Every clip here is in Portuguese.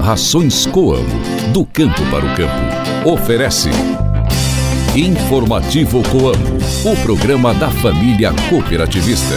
Rações Coamo, do campo para o campo. Oferece Informativo Coamo, o programa da família cooperativista.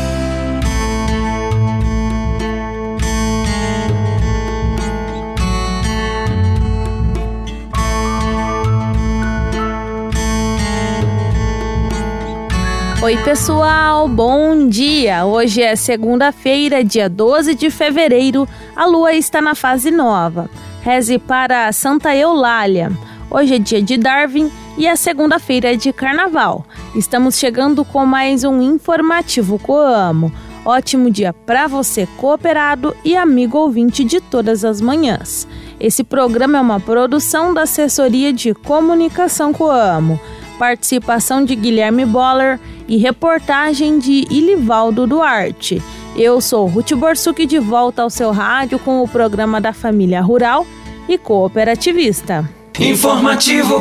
Oi pessoal, bom dia! Hoje é segunda-feira, dia 12 de fevereiro, a lua está na fase nova. Reze para Santa Eulália. Hoje é dia de Darwin e é segunda-feira de carnaval. Estamos chegando com mais um Informativo Coamo. Ótimo dia para você, cooperado e amigo ouvinte de todas as manhãs. Esse programa é uma produção da Assessoria de Comunicação Coamo. Participação de Guilherme Boller e reportagem de Ilivaldo Duarte. Eu sou Ruth Borsuk, de volta ao seu rádio com o programa da família rural e cooperativista. Informativo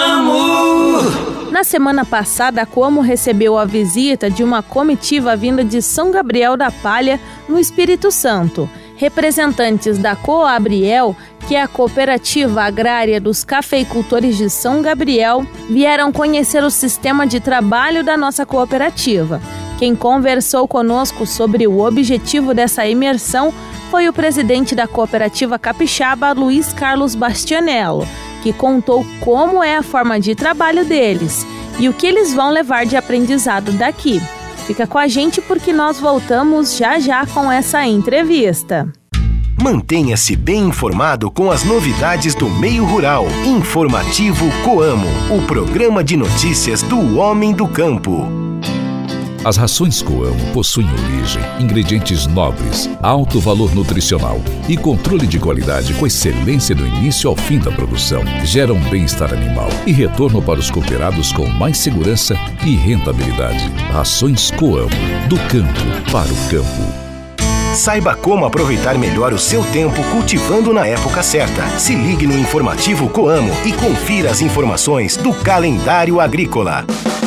Coamo! Na semana passada, a Coamo recebeu a visita de uma comitiva vinda de São Gabriel da Palha, no Espírito Santo. Representantes da Coabriel, que é a cooperativa agrária dos cafeicultores de São Gabriel, vieram conhecer o sistema de trabalho da nossa cooperativa. Quem conversou conosco sobre o objetivo dessa imersão foi o presidente da cooperativa capixaba, Luiz Carlos Bastianello, que contou como é a forma de trabalho deles e o que eles vão levar de aprendizado daqui. Fica com a gente porque nós voltamos já com essa entrevista. Mantenha-se bem informado com as novidades do meio rural. Informativo Coamo, o programa de notícias do homem do campo. As rações Coamo possuem origem, ingredientes nobres, alto valor nutricional e controle de qualidade com excelência do início ao fim da produção. Geram bem-estar animal e retorno para os cooperados com mais segurança e rentabilidade. Rações Coamo, do campo para o campo. Saiba como aproveitar melhor o seu tempo cultivando na época certa. Se ligue no Informativo Coamo e confira as informações do calendário agrícola.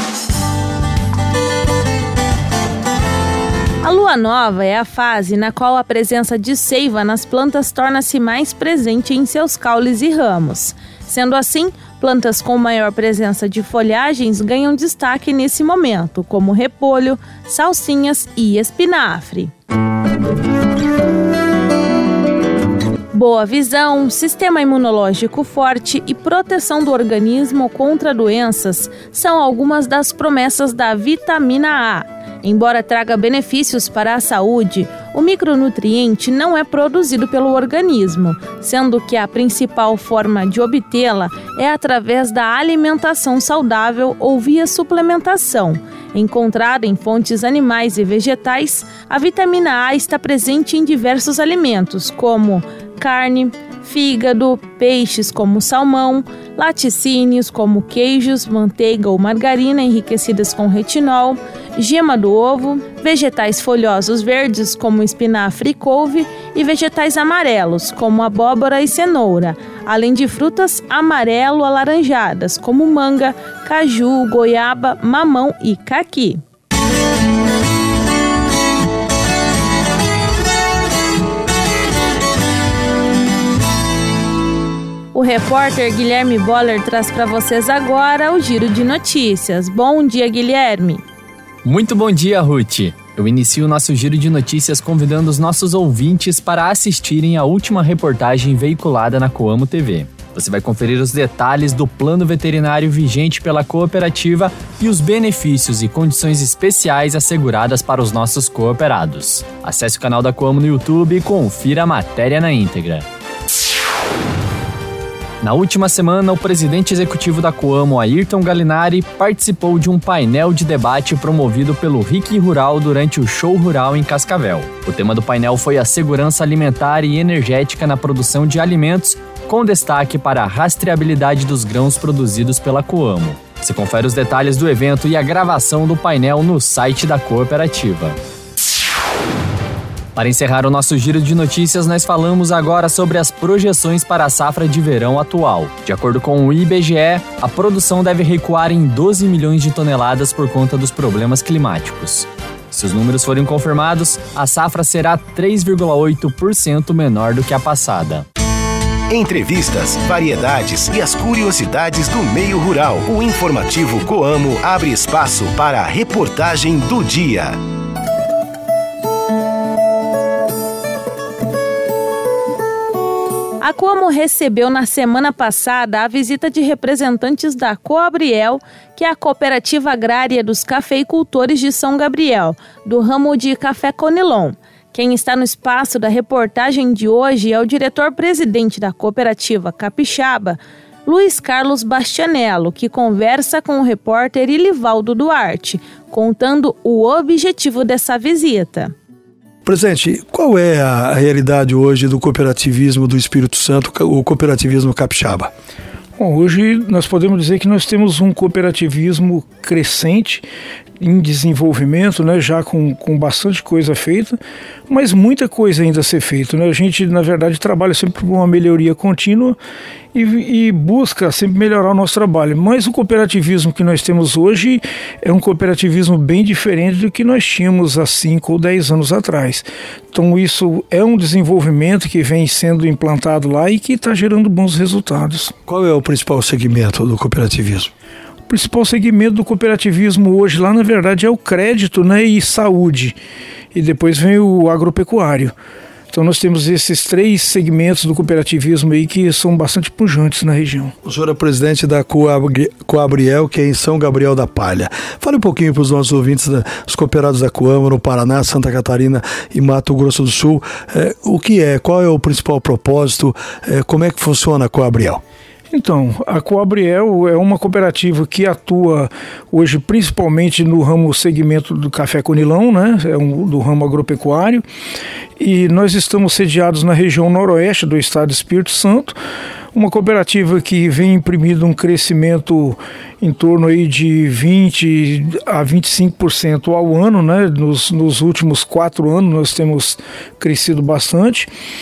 A lua nova é a fase na qual a presença de seiva nas plantas torna-se mais presente em seus caules e ramos. Sendo assim, plantas com maior presença de folhagens ganham destaque nesse momento, como repolho, salsinhas e espinafre. Boa visão, sistema imunológico forte e proteção do organismo contra doenças são algumas das promessas da vitamina A. Embora traga benefícios para a saúde, o micronutriente não é produzido pelo organismo, sendo que a principal forma de obtê-la é através da alimentação saudável ou via suplementação. Encontrada em fontes animais e vegetais, a vitamina A está presente em diversos alimentos, como carne, fígado, peixes como salmão, laticínios como queijos, manteiga ou margarina enriquecidas com retinol, gema do ovo, vegetais folhosos verdes como espinafre e couve e vegetais amarelos como abóbora e cenoura, além de frutas amarelo-alaranjadas como manga, caju, goiaba, mamão e caqui. O repórter Guilherme Boller traz para vocês agora o Giro de Notícias. Bom dia, Guilherme. Muito bom dia, Ruth. Eu inicio o nosso Giro de Notícias convidando os nossos ouvintes para assistirem a última reportagem veiculada na Coamo TV. Você vai conferir os detalhes do plano veterinário vigente pela cooperativa e os benefícios e condições especiais asseguradas para os nossos cooperados. Acesse o canal da Coamo no YouTube e confira a matéria na íntegra. Na última semana, o presidente executivo da Coamo, Ayrton Galinari, participou de um painel de debate promovido pelo RIC Rural durante o Show Rural em Cascavel. O tema do painel foi a segurança alimentar e energética na produção de alimentos, com destaque para a rastreabilidade dos grãos produzidos pela Coamo. Você confere os detalhes do evento e a gravação do painel no site da cooperativa. Para encerrar o nosso giro de notícias, nós falamos agora sobre as projeções para a safra de verão atual. De acordo com o IBGE, a produção deve recuar em 12 milhões de toneladas por conta dos problemas climáticos. Se os números forem confirmados, a safra será 3,8% menor do que a passada. Entrevistas, variedades e as curiosidades do meio rural. O informativo Coamo abre espaço para a reportagem do dia. A Coamo recebeu na semana passada a visita de representantes da Coabriel, que é a Cooperativa Agrária dos Cafeicultores de São Gabriel, do ramo de café Conilon. Quem está no espaço da reportagem de hoje é o diretor-presidente da cooperativa capixaba, Luiz Carlos Bastianello, que conversa com o repórter Ilivaldo Duarte, contando o objetivo dessa visita. Presidente, qual é a realidade hoje do cooperativismo do Espírito Santo, o cooperativismo capixaba? Bom, hoje nós podemos dizer que nós temos um cooperativismo crescente, em desenvolvimento, né, já com bastante coisa feita, mas muita coisa ainda a ser feita, né? A gente, na verdade, trabalha sempre por uma melhoria contínua e busca sempre melhorar o nosso trabalho. Mas o cooperativismo que nós temos hoje é um cooperativismo bem diferente do que nós tínhamos há 5 ou 10 anos atrás. Então isso é um desenvolvimento que vem sendo implantado lá e que está gerando bons resultados. Qual é o principal segmento do cooperativismo? O principal segmento do cooperativismo hoje lá, na verdade, é o crédito, né, e saúde. E depois vem o agropecuário. Então nós temos esses 3 segmentos do cooperativismo aí que são bastante pujantes na região. O senhor é presidente da Coabriel, que é em São Gabriel da Palha. Fale um pouquinho para os nossos ouvintes, os cooperados da Coamo no Paraná, Santa Catarina e Mato Grosso do Sul. O que é? Qual é o principal propósito? Como é que funciona a Coabriel? Então, a Coabriel é uma cooperativa que atua hoje principalmente no ramo segmento do café Conilon, né? Do ramo agropecuário, e nós estamos sediados na região noroeste do estado do Espírito Santo, uma cooperativa que vem imprimindo um crescimento em torno aí de 20% a 25% ao ano, né? Nos últimos 4 anos nós temos crescido bastante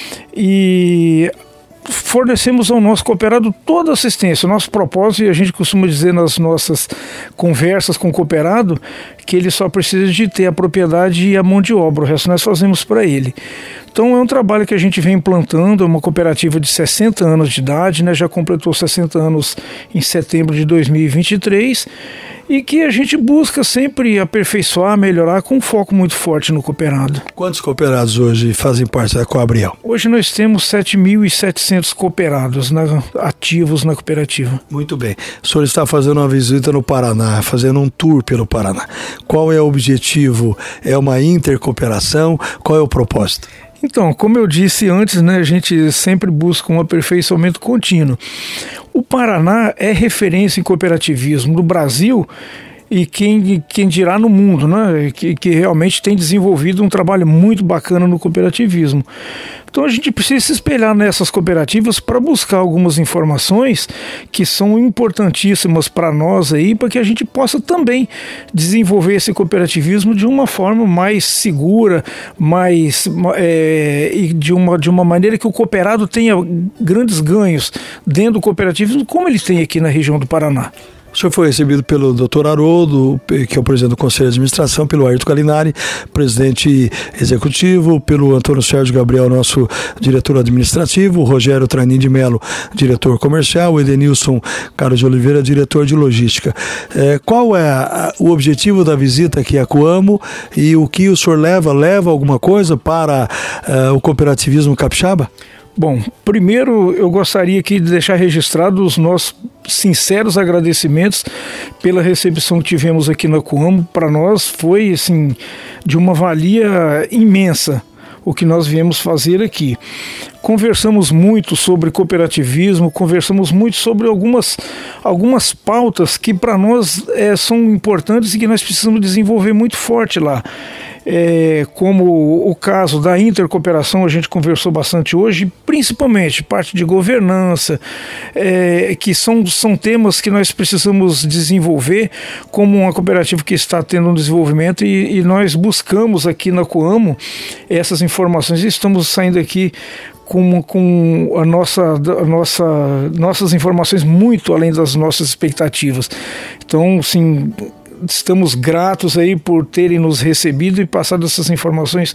e fornecemos ao nosso cooperado toda a assistência. O nosso propósito, e a gente costuma dizer nas nossas conversas com o cooperado, que ele só precisa de ter a propriedade e a mão de obra, o resto nós fazemos para ele. Então é um trabalho que a gente vem implantando, é uma cooperativa de 60 anos de idade, né, já completou 60 anos em setembro de 2023, e que a gente busca sempre aperfeiçoar, melhorar, com um foco muito forte no cooperado. Quantos cooperados hoje fazem parte da Coabriel? Hoje nós temos 7.700 cooperados ativos na cooperativa. Muito bem. O senhor está fazendo uma visita no Paraná, fazendo um tour pelo Paraná. Qual é o objetivo? É uma intercooperação? Qual é o propósito? Então, como eu disse antes, né, a gente sempre busca um aperfeiçoamento contínuo. O Paraná é referência em cooperativismo no Brasil e quem dirá no mundo, né, que realmente tem desenvolvido um trabalho muito bacana no cooperativismo. Então a gente precisa se espelhar nessas cooperativas para buscar algumas informações que são importantíssimas para nós aí, para que a gente possa também desenvolver esse cooperativismo de uma forma mais segura, e de uma maneira que o cooperado tenha grandes ganhos dentro do cooperativismo, como ele tem aqui na região do Paraná. O senhor foi recebido pelo Dr. Haroldo, que é o presidente do Conselho de Administração, pelo Ayrton Galinari, presidente executivo, pelo Antônio Sérgio Gabriel, nosso diretor administrativo, o Rogério Tranin de Melo, diretor comercial, o Edenilson Carlos de Oliveira, diretor de logística. Qual é o objetivo da visita aqui a Coamo e o que o senhor leva alguma coisa para o cooperativismo capixaba? Bom, primeiro eu gostaria aqui de deixar registrado os nossos sinceros agradecimentos pela recepção que tivemos aqui na Coamo. Para nós foi assim, de uma valia imensa o que nós viemos fazer aqui. Conversamos muito sobre cooperativismo, conversamos muito sobre algumas pautas que para nós são importantes e que nós precisamos desenvolver muito forte lá. Como o caso da intercooperação, a gente conversou bastante hoje, principalmente parte de governança, que são temas que nós precisamos desenvolver como uma cooperativa que está tendo um desenvolvimento e nós buscamos aqui na Coamo essas informações e estamos saindo aqui com nossas informações muito além das nossas expectativas. Então, sim, estamos gratos aí por terem nos recebido e passado essas informações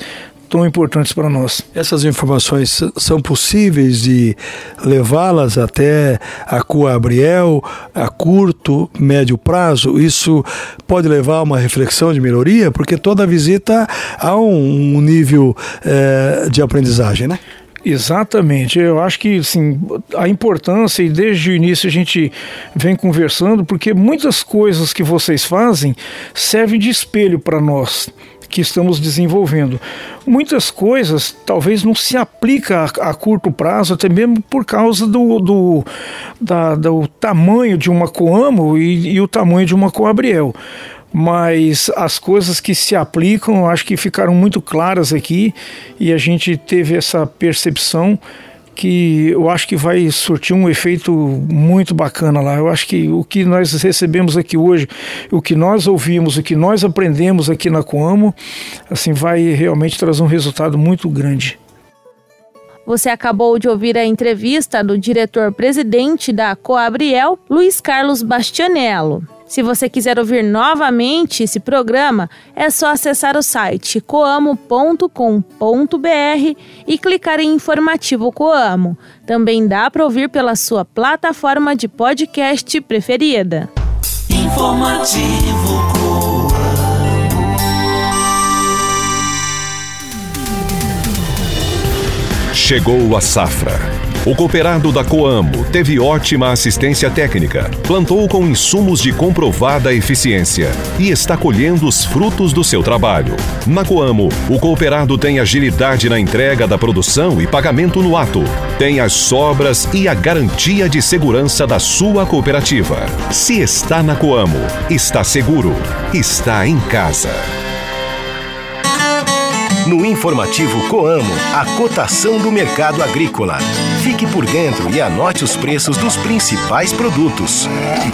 tão importantes para nós. Essas informações são possíveis de levá-las até a Coabriel a curto, médio prazo? Isso pode levar a uma reflexão de melhoria? Porque toda visita há um nível de aprendizagem, né? Exatamente, eu acho que assim, a importância, e desde o início a gente vem conversando, porque muitas coisas que vocês fazem servem de espelho para nós que estamos desenvolvendo. Muitas coisas talvez não se aplicam a curto prazo, até mesmo por causa do tamanho de uma Coamo e o tamanho de uma Coabriel. Mas as coisas que se aplicam, eu acho que ficaram muito claras aqui, e a gente teve essa percepção que eu acho que vai surtir um efeito muito bacana lá. Eu acho que o que nós recebemos aqui hoje, o que nós ouvimos, o que nós aprendemos aqui na Coamo, assim, vai realmente trazer um resultado muito grande. Você acabou de ouvir a entrevista do diretor-presidente da Coabriel, Luiz Carlos Bastianello. Se você quiser ouvir novamente esse programa, é só acessar o site coamo.com.br e clicar em Informativo Coamo. Também dá para ouvir pela sua plataforma de podcast preferida. Informativo Coamo. Chegou a safra. O cooperado da Coamo teve ótima assistência técnica, plantou com insumos de comprovada eficiência e está colhendo os frutos do seu trabalho. Na Coamo, o cooperado tem agilidade na entrega da produção e pagamento no ato, tem as sobras e a garantia de segurança da sua cooperativa. Se está na Coamo, está seguro, está em casa. No Informativo Coamo, a cotação do mercado agrícola. Fique por dentro e anote os preços dos principais produtos.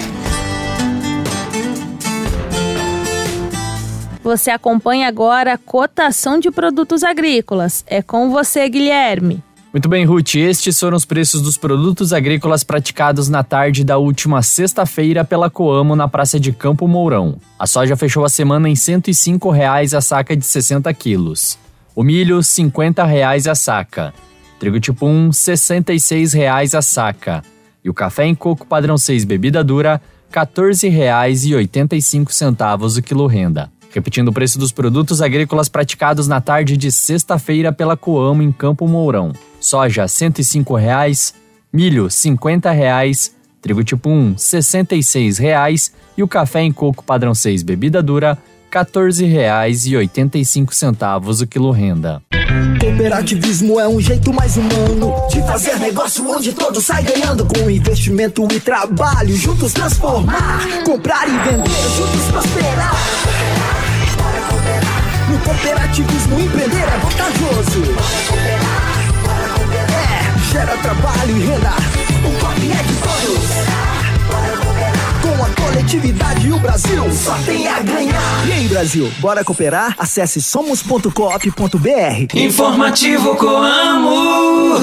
Você acompanha agora a cotação de produtos agrícolas. É com você, Guilherme. Muito bem, Ruth. Estes foram os preços dos produtos agrícolas praticados na tarde da última sexta-feira pela Coamo na Praça de Campo Mourão. A soja fechou a semana em R$ 105,00 a saca de 60 quilos. O milho, R$ 50,00 a saca. Trigo tipo 1, R$ 66,00 a saca. E o café em coco padrão 6 bebida dura, R$ 14,85 o quilo renda. Repetindo o preço dos produtos agrícolas praticados na tarde de sexta-feira pela Coamo em Campo Mourão. Soja, R$ 105,00, milho, R$ 50,00, trigo tipo 1, R$ 66,00 e o café em coco padrão 6 bebida dura, R$ 14,85 o quilo renda. Cooperativismo é um jeito mais humano de fazer negócio onde todos saem ganhando. Com investimento e trabalho, juntos transformar, comprar e vender, juntos prosperar. No cooperativismo empreender é vantajoso. Gera trabalho e renda. O COP é de todos. Com a coletividade o Brasil só tem a ganhar. E aí, Brasil, bora cooperar? Acesse somos.coop.br. Informativo Coamo.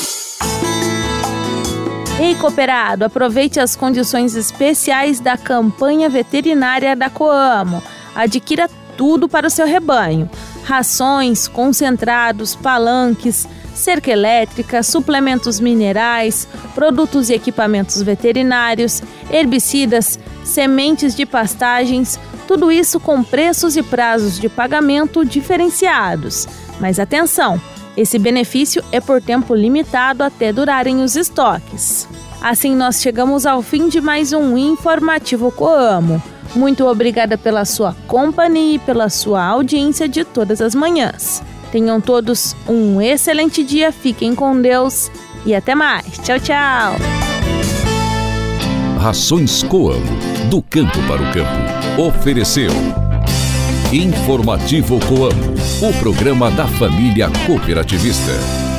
Ei, cooperado, aproveite as condições especiais da campanha veterinária da Coamo. Adquira tudo para o seu rebanho: rações, concentrados, palanques, cerca elétrica, suplementos minerais, produtos e equipamentos veterinários, herbicidas, sementes de pastagens, tudo isso com preços e prazos de pagamento diferenciados. Mas atenção, esse benefício é por tempo limitado até durarem os estoques. Assim nós chegamos ao fim de mais um Informativo Coamo. Muito obrigada pela sua companhia e pela sua audiência de todas as manhãs. Tenham todos um excelente dia, fiquem com Deus e até mais. Tchau, tchau. Rações Coamo, do campo para o campo. Ofereceu Informativo Coamo, o programa da família cooperativista.